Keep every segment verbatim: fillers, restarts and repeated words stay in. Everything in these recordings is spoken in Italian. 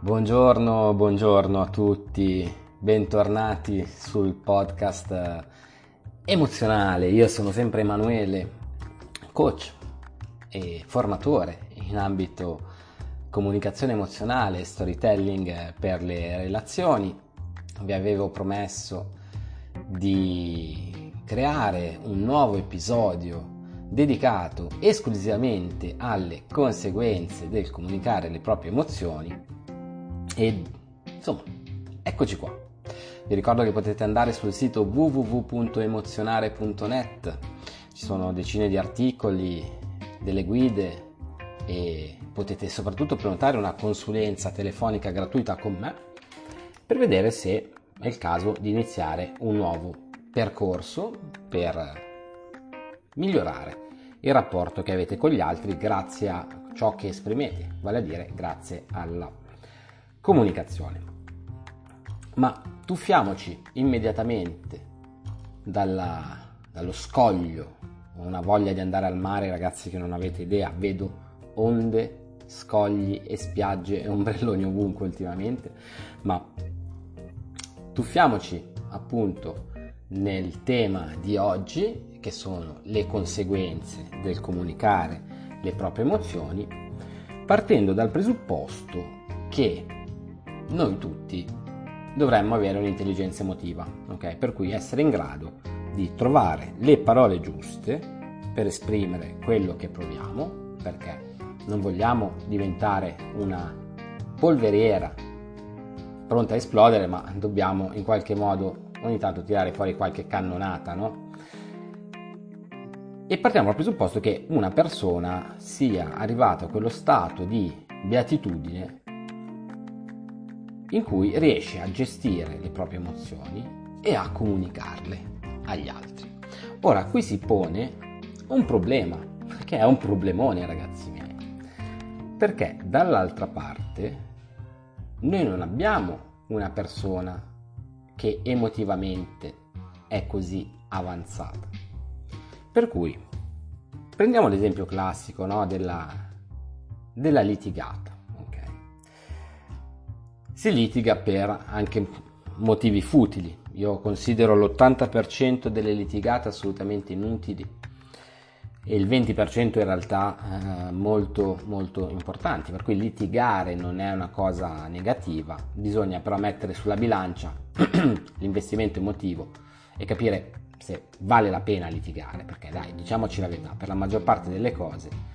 Buongiorno, buongiorno a tutti, bentornati sul podcast emozionale. Io sono sempre Emanuele, coach e formatore in ambito comunicazione emozionale e storytelling per le relazioni. Vi avevo promesso di creare un nuovo episodio dedicato esclusivamente alle conseguenze del comunicare le proprie emozioni. E insomma, eccoci qua. Vi ricordo che potete andare sul sito w w w punto emozionare punto net, ci sono decine di articoli, delle guide e potete soprattutto prenotare una consulenza telefonica gratuita con me per vedere se è il caso di iniziare un nuovo percorso per migliorare il rapporto che avete con gli altri grazie a ciò che esprimete, vale a dire grazie alla comunicazione. Ma tuffiamoci immediatamente dalla, dallo scoglio. Ho una voglia di andare al mare, ragazzi, che non avete idea. Vedo onde, scogli e spiagge e ombrelloni ovunque ultimamente, ma tuffiamoci appunto nel tema di oggi, che sono le conseguenze del comunicare le proprie emozioni, partendo dal presupposto che noi tutti dovremmo avere un'intelligenza emotiva, ok? Per cui essere in grado di trovare le parole giuste per esprimere quello che proviamo, perché non vogliamo diventare una polveriera pronta a esplodere, ma dobbiamo in qualche modo ogni tanto tirare fuori qualche cannonata, no? E partiamo dal presupposto che una persona sia arrivata a quello stato di beatitudine in cui riesce a gestire le proprie emozioni e a comunicarle agli altri. Ora, qui si pone un problema, che è un problemone, ragazzi miei, perché dall'altra parte noi non abbiamo una persona che emotivamente è così avanzata. Per cui prendiamo l'esempio classico, no, della, della litigata. Si litiga per anche motivi futili. Io considero l'ottanta per cento delle litigate assolutamente inutili e il venti per cento in realtà eh, molto molto importanti, per cui litigare non è una cosa negativa, bisogna però mettere sulla bilancia l'investimento emotivo e capire se vale la pena litigare, perché dai, diciamoci la verità, per la maggior parte delle cose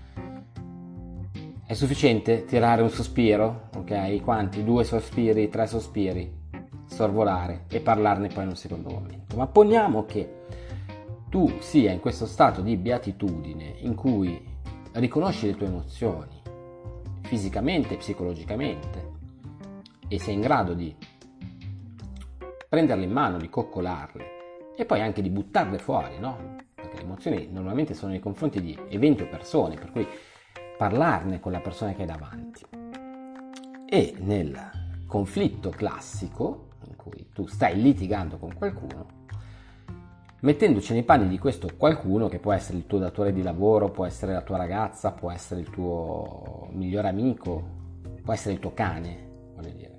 è sufficiente tirare un sospiro, ok? Quanti? Due sospiri, tre sospiri, sorvolare e parlarne poi in un secondo momento. Ma poniamo che tu sia in questo stato di beatitudine in cui riconosci le tue emozioni fisicamente e psicologicamente e sei in grado di prenderle in mano, di coccolarle e poi anche di buttarle fuori, no? Perché le emozioni normalmente sono nei confronti di eventi o persone, per cui parlarne con la persona che hai davanti. E nel conflitto classico in cui tu stai litigando con qualcuno, mettendoci nei panni di questo qualcuno, che può essere il tuo datore di lavoro, può essere la tua ragazza, può essere il tuo migliore amico, può essere il tuo cane, voglio dire,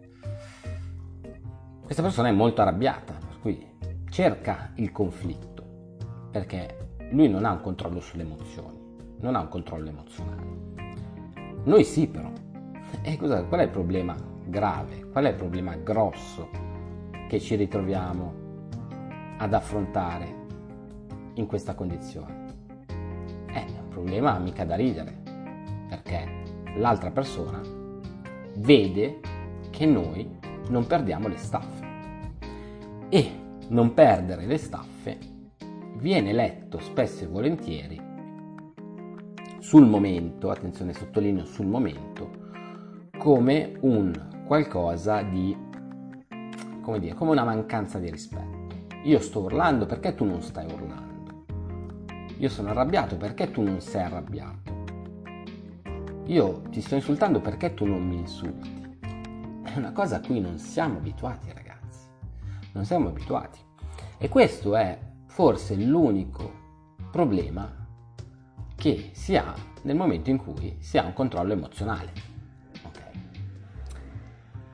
questa persona è molto arrabbiata, per cui cerca il conflitto perché lui non ha un controllo sulle emozioni, non ha un controllo emozionale. Noi sì, però. E cosa, qual è il problema grave? Qual è il problema grosso che ci ritroviamo ad affrontare in questa condizione? È un problema mica da ridere, perché l'altra persona vede che noi non perdiamo le staffe. E non perdere le staffe viene letto spesso e volentieri sul momento, attenzione, sottolineo sul momento, come un qualcosa di, come dire, come una mancanza di rispetto. Io sto urlando perché tu non stai urlando. Io sono arrabbiato perché tu non sei arrabbiato. Io ti sto insultando perché tu non mi insulti. È una cosa a cui non siamo abituati, ragazzi. Non siamo abituati. E questo è forse l'unico problema che si ha nel momento in cui si ha un controllo emozionale. Okay.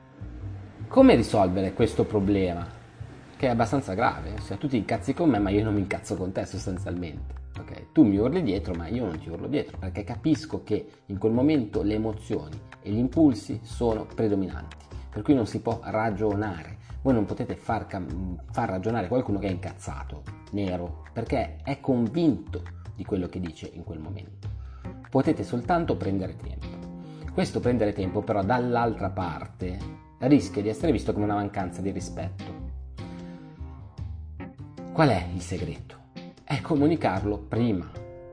Come risolvere questo problema? Che è abbastanza grave, ossia tu ti incazzi con me ma io non mi incazzo con te sostanzialmente. Okay? Tu mi urli dietro ma io non ti urlo dietro, perché capisco che in quel momento le emozioni e gli impulsi sono predominanti, per cui non si può ragionare. Voi non potete far, far ragionare qualcuno che è incazzato, nero, perché è convinto di quello che dice in quel momento. Potete soltanto prendere tempo. Questo prendere tempo però dall'altra parte rischia di essere visto come una mancanza di rispetto. Qual è il segreto? È comunicarlo prima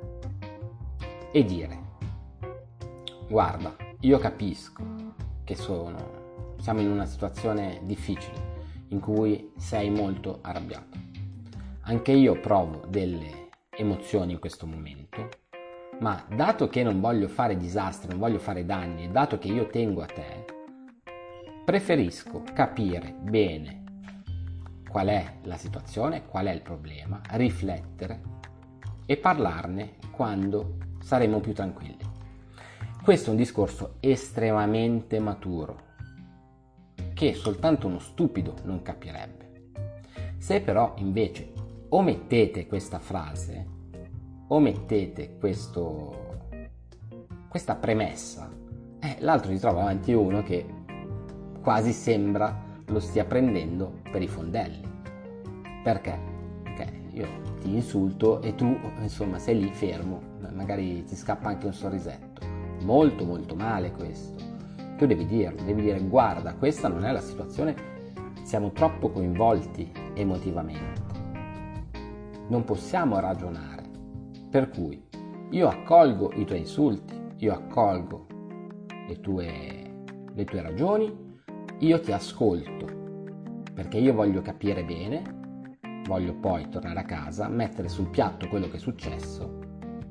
e dire: guarda, io capisco che sono, siamo in una situazione difficile in cui sei molto arrabbiato. Anche io provo delle emozioni in questo momento, ma dato che non voglio fare disastri, non voglio fare danni, e dato che io tengo a te, preferisco capire bene qual è la situazione, qual è il problema, riflettere e parlarne quando saremo più tranquilli. Questo è un discorso estremamente maturo che soltanto uno stupido non capirebbe. Se però invece omettete questa frase, omettete questo, questa premessa, eh, l'altro si trova davanti a uno che quasi sembra lo stia prendendo per i fondelli. Perché? Perché io ti insulto e tu insomma sei lì fermo, magari ti scappa anche un sorrisetto. Molto molto male questo. Tu devi dirlo, devi dire: guarda, questa non è la situazione, siamo troppo coinvolti emotivamente, non possiamo ragionare, per cui io accolgo i tuoi insulti, io accolgo le tue, le tue ragioni, io ti ascolto perché io voglio capire bene, voglio poi tornare a casa, mettere sul piatto quello che è successo,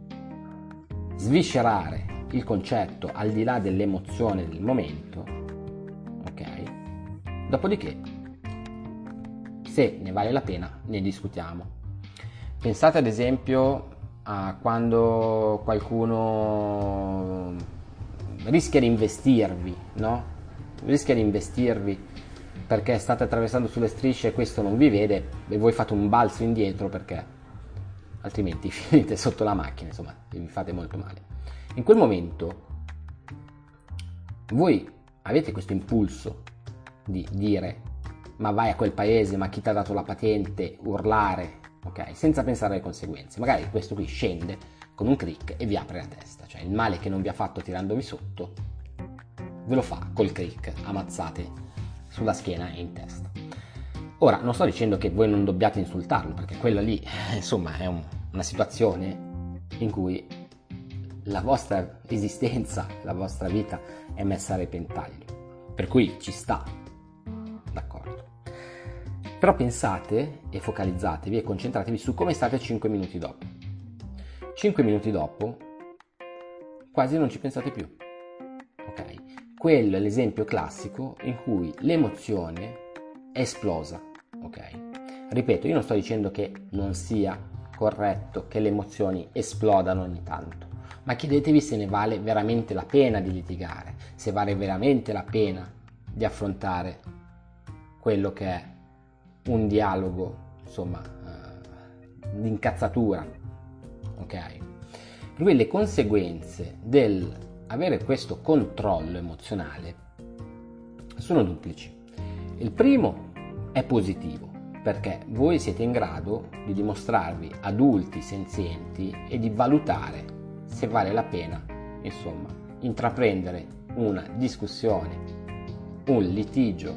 sviscerare il concetto al di là dell'emozione del momento, ok? Dopodiché, se ne vale la pena, ne discutiamo. Pensate ad esempio a quando qualcuno rischia di investirvi, no? Rischia di investirvi perché state attraversando sulle strisce e questo non vi vede e voi fate un balzo indietro perché altrimenti finite sotto la macchina, insomma, vi fate molto male. In quel momento voi avete questo impulso di dire: ma vai a quel paese, ma chi ti ha dato la patente, urlare, ok? Senza pensare alle conseguenze. Magari questo qui scende con un click e vi apre la testa, cioè il male che non vi ha fatto tirandovi sotto ve lo fa col click, ammazzate sulla schiena e in testa. Ora, non sto dicendo che voi non dobbiate insultarlo, perché quella lì, insomma, è un, una situazione in cui la vostra esistenza, la vostra vita è messa a repentaglio, per cui ci sta, d'accordo. Però pensate e focalizzatevi e concentratevi su come state cinque minuti dopo. cinque minuti dopo quasi non ci pensate più, ok? Quello è l'esempio classico in cui l'emozione è esplosa, ok? Ripeto, io non sto dicendo che non sia corretto che le emozioni esplodano ogni tanto, ma chiedetevi se ne vale veramente la pena di litigare, se vale veramente la pena di affrontare quello che è un dialogo, insomma, uh, di incazzatura, ok? Per cui le conseguenze del avere questo controllo emozionale sono duplici. Il primo è positivo, perché voi siete in grado di dimostrarvi adulti senzienti e di valutare se vale la pena, insomma, intraprendere una discussione, un litigio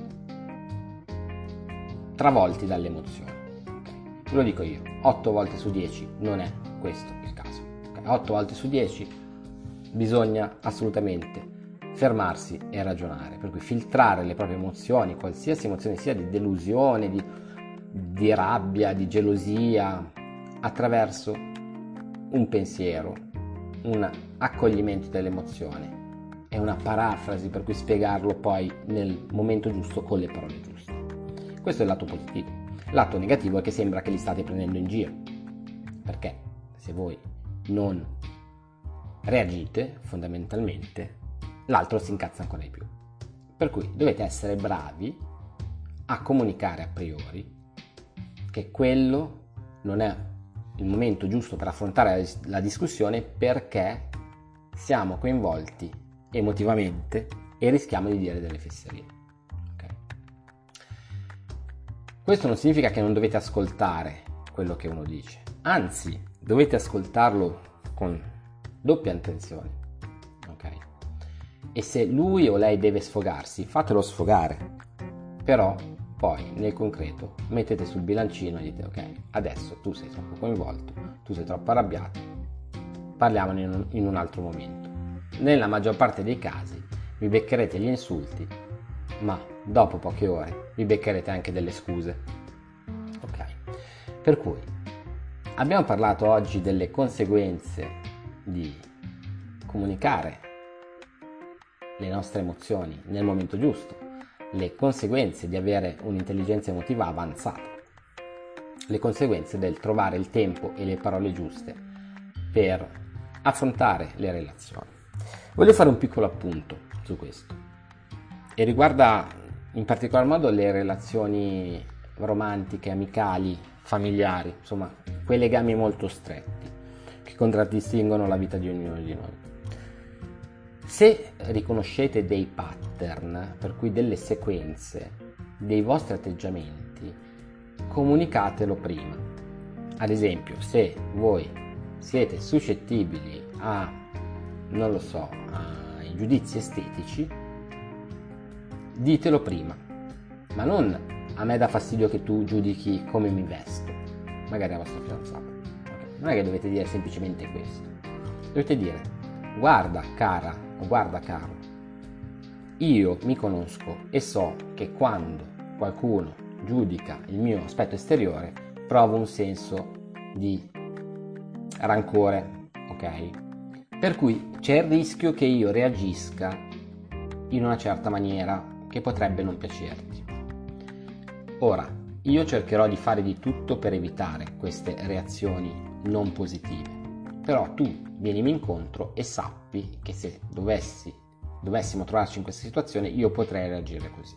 travolti dalle emozioni. Okay. Ve lo dico io, otto volte su dieci non è questo il caso. Okay. otto volte su dieci bisogna assolutamente fermarsi e ragionare, per cui filtrare le proprie emozioni, qualsiasi emozione sia, di delusione, di, di rabbia, di gelosia, attraverso un pensiero, un accoglimento dell'emozione e una parafrasi per cui spiegarlo poi nel momento giusto con le parole giuste. Questo è il lato positivo. Lato negativo è che sembra che li state prendendo in giro, perché se voi non reagite, fondamentalmente l'altro si incazza ancora di più. Per cui dovete essere bravi a comunicare a priori che quello non è il momento giusto per affrontare la discussione perché siamo coinvolti emotivamente e rischiamo di dire delle fesserie. Okay? Questo non significa che non dovete ascoltare quello che uno dice, anzi dovete ascoltarlo con doppia attenzione. Okay? E se lui o lei deve sfogarsi, fatelo sfogare, però poi nel concreto mettete sul bilancino e dite ok, adesso tu sei troppo coinvolto, tu sei troppo arrabbiato, parliamone in un, in un altro momento. Nella maggior parte dei casi vi beccherete gli insulti, ma dopo poche ore vi beccherete anche delle scuse. Ok, per cui abbiamo parlato oggi delle conseguenze di comunicare le nostre emozioni nel momento giusto, le conseguenze di avere un'intelligenza emotiva avanzata, le conseguenze del trovare il tempo e le parole giuste per affrontare le relazioni. Voglio fare un piccolo appunto su questo e riguarda in particolar modo le relazioni romantiche, amicali, familiari, insomma quei legami molto stretti che contraddistinguono la vita di ognuno di noi. Se riconoscete dei pattern, per cui delle sequenze dei vostri atteggiamenti, comunicatelo prima. Ad esempio, se voi siete suscettibili a, non lo so, ai giudizi estetici, ditelo prima, ma non a me dà fastidio che tu giudichi come mi vesto, magari la vostra fidanzata. Okay. Non è che dovete dire semplicemente questo, dovete dire guarda cara o guarda caro, io mi conosco e so che quando qualcuno giudica il mio aspetto esteriore provo un senso di rancore, ok? Per cui c'è il rischio che io reagisca in una certa maniera che potrebbe non piacerti. Ora, io cercherò di fare di tutto per evitare queste reazioni non positive, però tu vienimi incontro e sappi che se dovessi, dovessimo trovarci in questa situazione io potrei reagire così.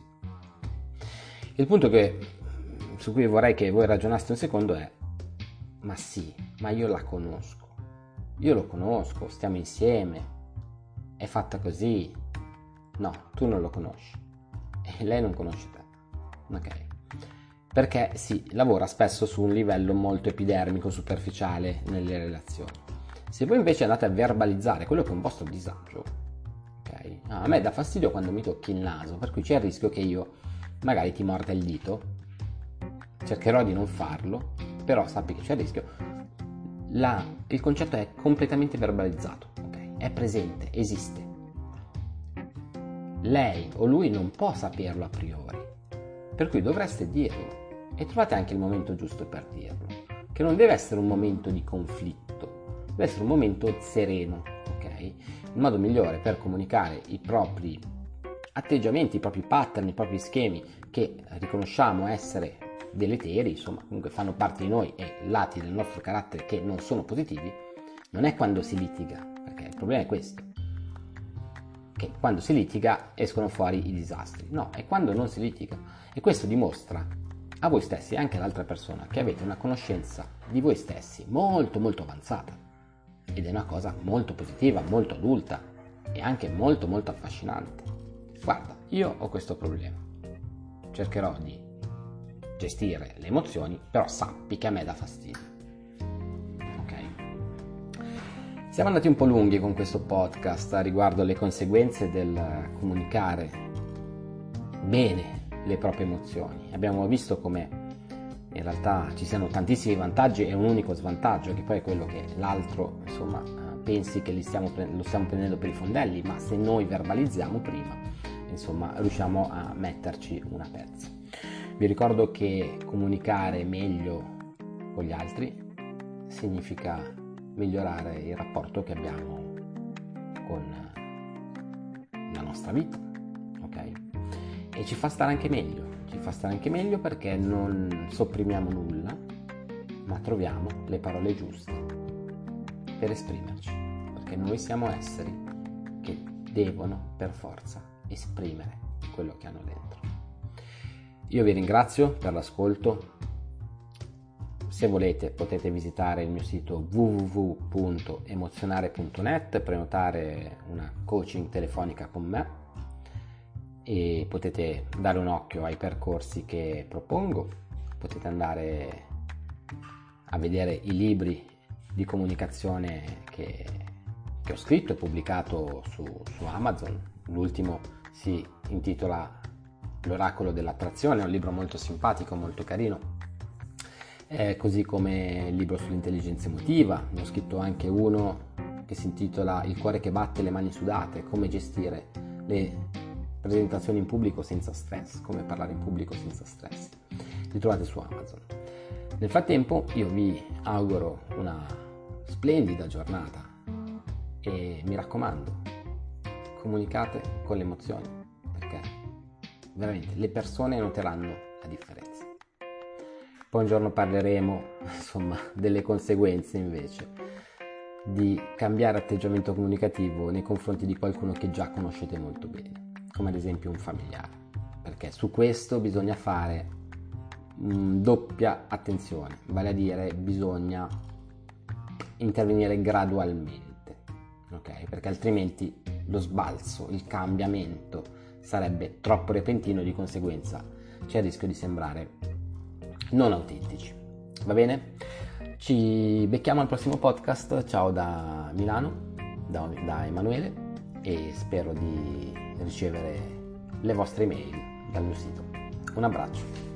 Il punto che, su cui vorrei che voi ragionaste un secondo è: ma sì, ma io la conosco, io lo conosco, stiamo insieme, è fatta così. No, tu non lo conosci e lei non conosce te, ok? Perché si lavora spesso su un livello molto epidermico, superficiale nelle relazioni. Se voi invece andate a verbalizzare quello che è un vostro disagio, ok? Ah, a me dà fastidio quando mi tocchi il naso, per cui c'è il rischio che io magari ti morda il dito, cercherò di non farlo, però sappi che c'è il rischio. La, il concetto è completamente verbalizzato, ok? È presente, esiste. Lei o lui non può saperlo a priori, per cui dovreste dirlo e trovate anche il momento giusto per dirlo, che non deve essere un momento di conflitto, deve essere un momento sereno, ok? Il modo migliore per comunicare i propri atteggiamenti, i propri pattern, i propri schemi che riconosciamo essere deleteri, insomma comunque fanno parte di noi e lati del nostro carattere che non sono positivi, non è quando si litiga, perché il problema è questo, che quando si litiga escono fuori i disastri. No, è quando non si litiga, e questo dimostra a voi stessi e anche all'altra persona che avete una conoscenza di voi stessi molto molto avanzata, ed è una cosa molto positiva, molto adulta e anche molto molto affascinante. Guarda, io ho questo problema, cercherò di gestire le emozioni, però sappi che a me dà fastidio. Ok? Siamo andati un po' lunghi con questo podcast riguardo le conseguenze del comunicare bene le proprie emozioni. Abbiamo visto come in realtà ci siano tantissimi vantaggi e un unico svantaggio, che poi è quello che l'altro, insomma, pensi che li stiamo, lo stiamo prendendo per i fondelli, ma se noi verbalizziamo prima, insomma, riusciamo a metterci una pezza. Vi ricordo che comunicare meglio con gli altri significa migliorare il rapporto che abbiamo con la nostra vita, ok? E ci fa stare anche meglio, ci fa stare anche meglio perché non sopprimiamo nulla, ma troviamo le parole giuste per esprimerci, perché noi siamo esseri che devono per forza esprimere quello che hanno dentro. io vi ringrazio per l'ascolto. Se volete potete visitare il mio sito w w w punto emozionare punto net, prenotare una coaching telefonica con me e potete dare un occhio ai percorsi che propongo. Potete andare a vedere i libri di comunicazione che, che ho scritto e pubblicato su, su Amazon. L'ultimo si intitola L'oracolo dell'attrazione, è un libro molto simpatico, molto carino. Eh, così come il libro sull'intelligenza emotiva, ne ho scritto anche uno che si intitola Il cuore che batte, le mani sudate, come gestire le presentazioni in pubblico senza stress, come parlare in pubblico senza stress. Li trovate su Amazon. Nel frattempo io vi auguro una splendida giornata e mi raccomando, comunicate con le emozioni, perché veramente le persone noteranno la differenza. Poi un giorno parleremo, insomma, delle conseguenze invece di cambiare atteggiamento comunicativo nei confronti di qualcuno che già conoscete molto bene, come ad esempio un familiare, perché su questo bisogna fare mh, doppia attenzione, vale a dire bisogna intervenire gradualmente, ok? Perché altrimenti lo sbalzo, il cambiamento sarebbe troppo repentino e di conseguenza c'è il rischio di sembrare non autentici. Va bene? Ci becchiamo al prossimo podcast. Ciao da Milano, da, da Emanuele, e spero di ricevere le vostre email dal mio sito. Un abbraccio.